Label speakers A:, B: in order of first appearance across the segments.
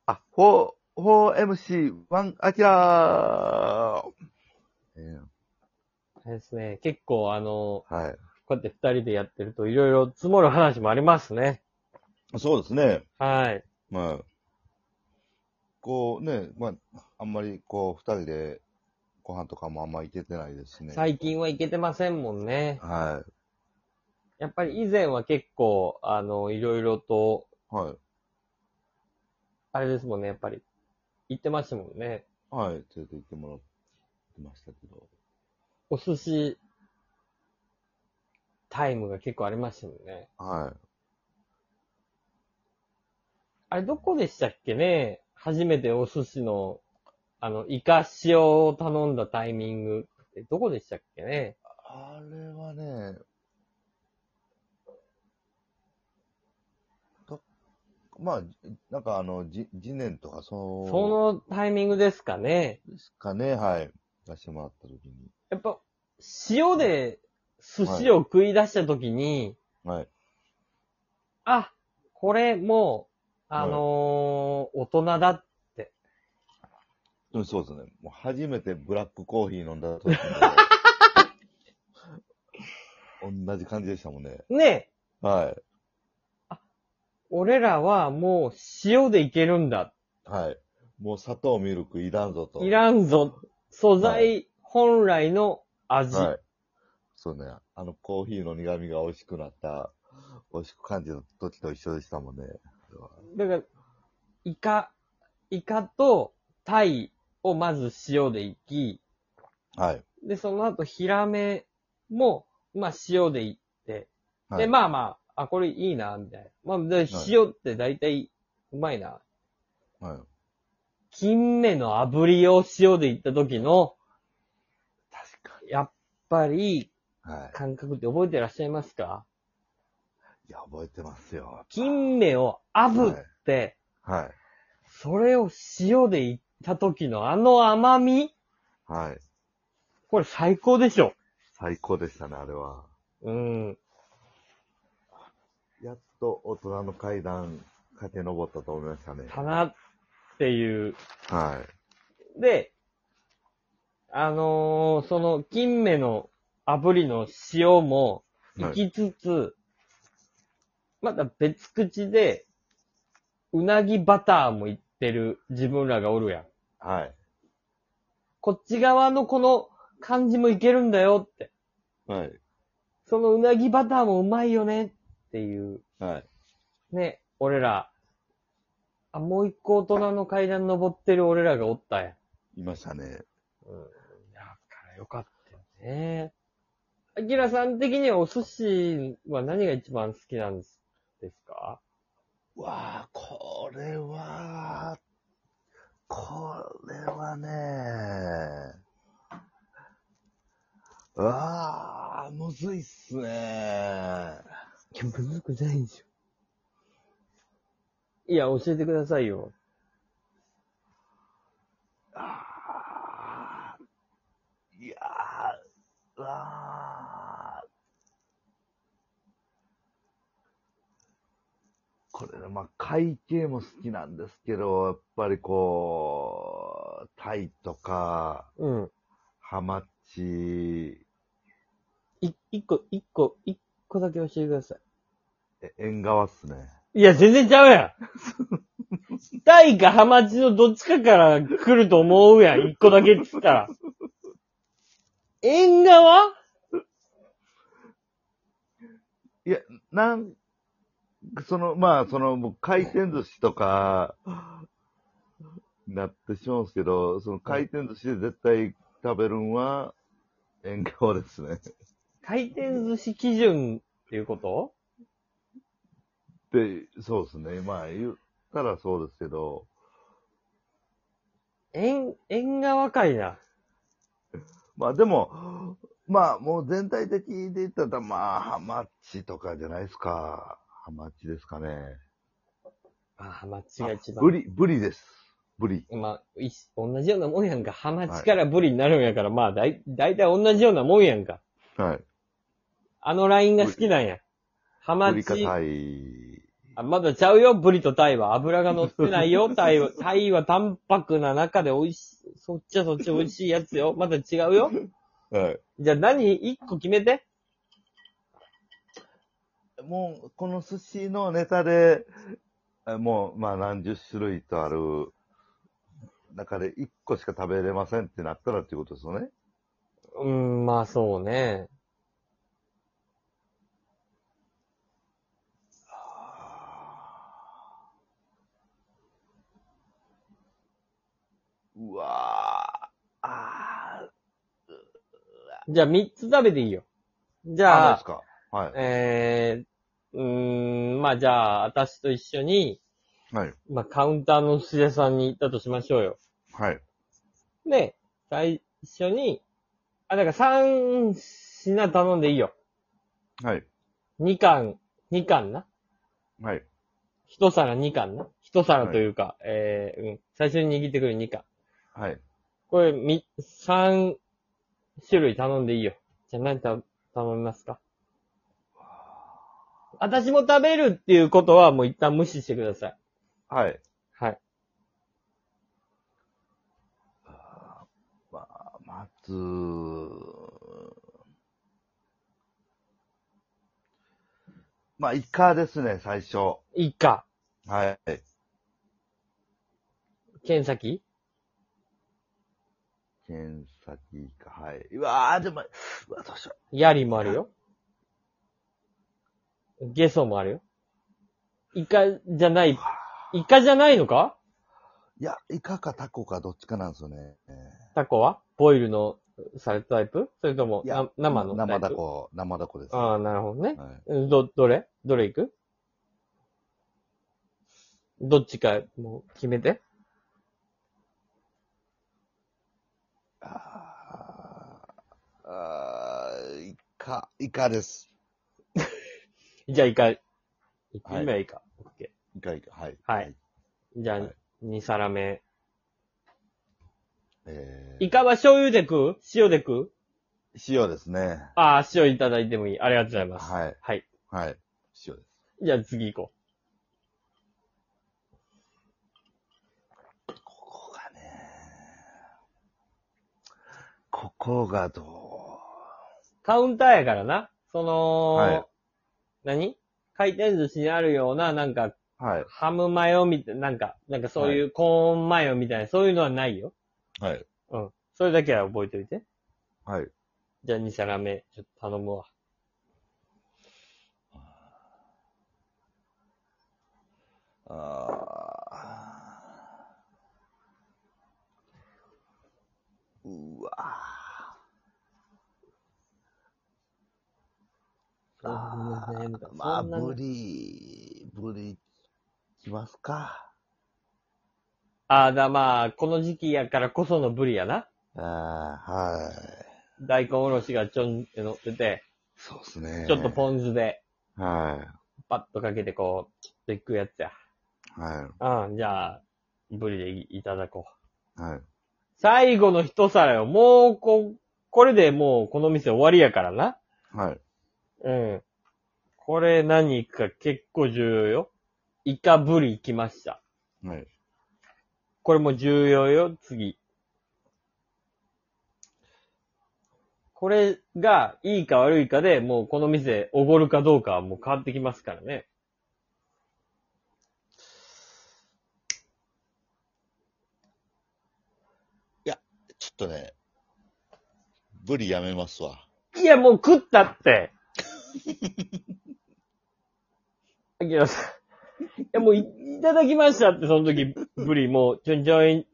A: 4MC1 アキラー。
B: ですね。結構
A: はい。
B: こうやって二人でやってるといろいろ積もる話もありますね。
A: そうですね。
B: はい。
A: まあ、こうね、まあ、あんまりこう、二人でご飯とかもあんま行けてないですしね。
B: 最近は行けてませんもんね。
A: は
B: やっぱり以前は結構、いろいろと、
A: い。はい。
B: あれですもんね、やっぱり。行ってましたもんね。
A: はい。連れて行ってもらってましたけど。
B: お寿司タイムが結構ありましたもんね。
A: は
B: あれ、どこでしたっけね、初めてお寿司の、イカ塩を頼んだタイミングってどこでしたっけね。
A: い。あれはね、まあ、なんか次年とか
B: そ
A: そ
B: のタイミングですかね。
A: うですかね、はい。出してもらった時に。
B: やっぱ、塩で寿司を食い出した時に、
A: はい。
B: あ、これもう、
A: はい。
B: 大人だって。
A: うん、そうですね。もう初めてブラックコーヒー飲んだ時も、同じ感じでしたもんね。
B: ねえ、
A: はい。
B: 俺らはもう塩でいけるんだ。
A: はい。もう砂糖ミルクいらんぞと。
B: いらんぞ。素
A: はい。
B: 材本来の味。
A: はい。そうね。コーヒーの苦味が美味しくなった、美味しく感じた時と一緒でしたもんね。
B: だから、イカとタイをまず塩でいき、
A: はい。
B: で、その後ヒラメも、まあ塩でいって、で、
A: はい。
B: まあまあ、これいいな、みたいな。まあ、で
A: はい。
B: 塩って大体うまいな。
A: はい。
B: 金目の炙りを塩でいった時の、
A: 確か
B: やっぱり、
A: に。は
B: 感覚って覚えてらっしゃいますか？
A: い。いや、覚えてますよ。
B: 金目を炙って、
A: はい。
B: それを塩でいった時のあの甘み、
A: はい。
B: これ最高でしょ。
A: 最高でしたね、あれは。
B: うん。
A: やっと大人の階段駆け上ったと思いましたね。
B: かなっていう。
A: は
B: で、その金目の炙りの塩も
A: い。はい。
B: 行きつつ、また別口で、うなぎバターも行ってる自分らがおるやん。
A: はい。
B: こっち側のこの感じもいけるんだよって。
A: はい。
B: そのうなぎバターもうまいよねっていう。
A: はい。
B: ね、俺ら。もう一個大人の階段登ってる俺らがおったやん。
A: いましたね。
B: うん。だからよかったよね。アキラさん的にはお寿司は何が一番好きなんですか？
A: わあ、これはね、むずいっすね。
B: いや、むずくないんですよ。いや、教えてくださいよ。
A: あいやこれね、まあ、会計も好きなんですけど、やっぱりこう、タイとか、
B: うん。
A: ハマチ、
B: 一個だけ教えてくださ
A: 縁側っすね。
B: い。いや、全然ちゃうやん。タイかハマチのどっちかから来ると思うやん。一個だけっつったら。縁側？
A: いや、もう回転寿司とか、なってしまうんですけど、その回転寿司で絶対食べるんは、縁側ですね。
B: 回転寿司基準っていうこと？
A: で、そうですね。まあ、言ったらそうですけど、
B: 縁側かいな。
A: まあでも、まあもう全体的で言ったら、まあ、ハマチとかじゃないですか。ハマチですかね。
B: ハマチが一番。
A: ブリです。ブリ。
B: まあ、同じようなもんやんか。ハマ
A: はい。
B: チからブリになるんやから、まあ、だいたい同じようなもんやんか。
A: はい。
B: あのラインが好きなんや。ハ
A: ブリか
B: マチ、
A: タイ。
B: まだちゃうよ、ブリとタイは。油が乗ってないよ、タイは。タイは淡白な中で美味しい。そっちはそっち美味しいやつよ。まだ違うよ。
A: はい。
B: じゃあ一個決めて。
A: もう、この寿司のネタで、もう、まあ何十種類とある中で1個しか食べれませんってなったらっていうことですよね。
B: まあそうね。
A: うわー。
B: じゃあ3つ食べていいよ。じ
A: あ、
B: ゃあ、
A: ないですか。はい。
B: まあじゃあ、私と一緒に、
A: はい。
B: まあカウンターの寿司屋さんに行ったとしましょうよ。
A: はい。
B: で、最初に、だから3品頼んでいいよ。
A: はい。
B: 2貫な。
A: はい。
B: 1皿2貫な。1皿というか、最初に握ってくる2貫。
A: はい。
B: これ、3種類頼んでいいよ。じゃあ頼みますか？私も食べるっていうことはもう一旦無視してください。
A: はい。
B: はい。
A: まあ、まず、まあ、イカですね、最初。
B: いいか。
A: はい。
B: 剣先？
A: 剣先イカ、はい。うわー、でも、うわ、どうしよ
B: 槍もあるよ。ゲソもあるよ。イカじゃない、イカじゃないのか？
A: う。いや、イカかタコかどっちかなんですよね。
B: タコはボイルのされたタイプ？それとも
A: いや、
B: 生のタイプ？
A: 生ダコです、ね。
B: ああ、なるほどね。
A: はい。
B: どれ行く？どっちか、もう決めて。
A: イカです。
B: じゃあイカ、一
A: はい
B: 品目はイカ。オッケ
A: イカ、はい。
B: ー。はい。じゃあ、
A: はい
B: 2皿目。
A: え
B: イカは醤油で食う？塩で食う？
A: 塩ですね。
B: ああ、塩いただいてもいい。ありがとうございます。
A: はい。
B: はい。
A: はい。塩です。
B: じゃあ次行こ
A: ここがね、ここがど
B: う。カウンターやからな。
A: はい
B: 何？回転寿司にあるような、なんか、
A: う。はい。
B: ハムマヨみたいな、なんかそういうコーンマヨみたいな、そういうのはないよ。
A: はい。
B: うん。それだけは覚えておいて。
A: はい。
B: じゃあ2皿目、ちょっと頼むわ。
A: うわ
B: そうですね。
A: まあ、
B: そんなに
A: ブリ、きますか。
B: まあ、この時期やからこそのブリやな。
A: はい。
B: 大根おろしがちょんって乗ってて、
A: そうですね。
B: ちょっとポン酢で、
A: は
B: パッとかけてこう、ちょっといくやつや。
A: い。は
B: じゃあ、ブリでいただこう。
A: い。はい。
B: 最後の一皿よ。もう、これでもうこの店終わりやからな。
A: はい。
B: うん。これ何行くか結構重要よ。イカブリ行きました。
A: はい。
B: これも重要よ、次。これがいいか悪いかで、もうこの店おごるかどうかはもう変わってきますからね。
A: いや、ちょっとね、ブリやめますわ。
B: いや、もう食ったって。アキラさん。いや、もういただきましたって、その時、ブリもう、ちょんちょいんって。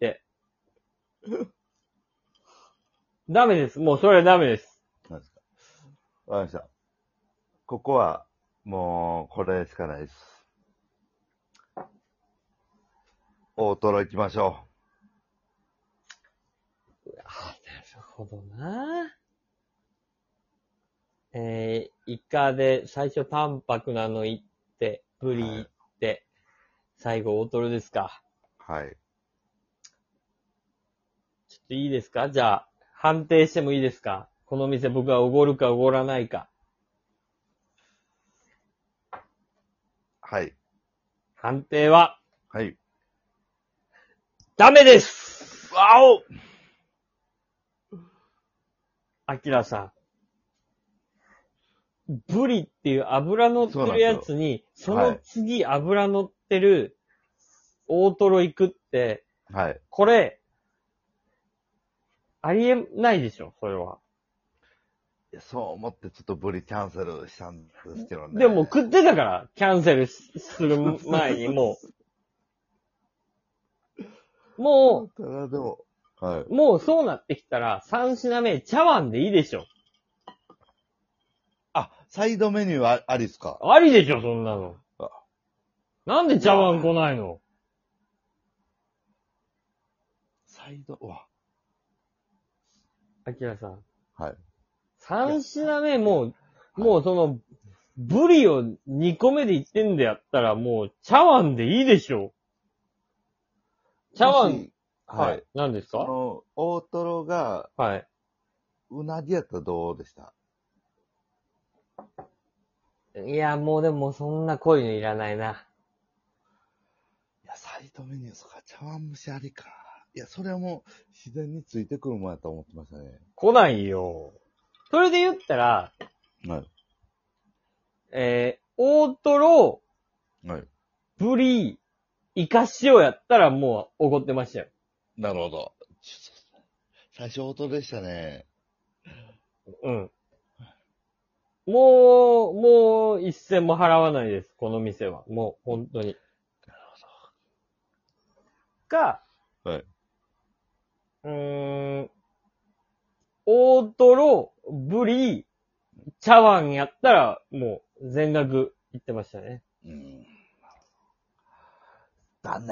B: ダメです。もうそれはダメです。
A: 何ですか。わかりました。ここは、もう、これしかないです。大トロ行きましょ
B: なるほどな。イカで最初淡白なの行って、ブリ行って、最後大トロですか。
A: う。はい。
B: ちょっといいですか？じゃあ、判定してもいいですか？この店僕はおごるかおごらないか。
A: はい。
B: 判定は、
A: はい。
B: ダメです。
A: わお
B: アキラさん。ブリっていう油乗ってるやつに、その次油乗ってる大トロ行くって、
A: はい。
B: これ、ありえないでしょ、それは。
A: いやそう思ってちょっとブリキャンセルしたんですけどね。
B: でも食ってたから、キャンセルする前にもう、
A: ただでも、はい。
B: もうそうなってきたら、3品目、茶碗でいいでしょ。
A: あ、サイドメニューはありっすか？
B: ありでしょ、そんなの
A: あ。
B: なんで茶碗来ないの？
A: サイド、うわ。
B: アキラさん。
A: はい。
B: 3品目もうその、ブリを2個目で言ってんでやったら、もう茶碗でいいでしょ。茶碗、はい。何ですか？
A: 大トロが、
B: はい。
A: うなぎやったらどうでした？
B: いや、もうでもそんな濃いのいらないな。
A: いや、サイドメニューとか茶碗蒸しありか。いや、それはもう自然についてくるもんやと思ってましたね。
B: 来ないよ。それで言ったら、
A: はい。
B: 大トロ、
A: はい。
B: ブリ、イカ塩やったらもう怒ってましたよ。
A: なるほど。最初大トロでしたね。
B: うん。もう一銭も払わないです、この店は。もう、本当に。
A: なる
B: か、
A: ほど。はい。
B: 大トロ、ブリ、茶碗やったら、もう、全額言ってましたね。
A: うん。だね。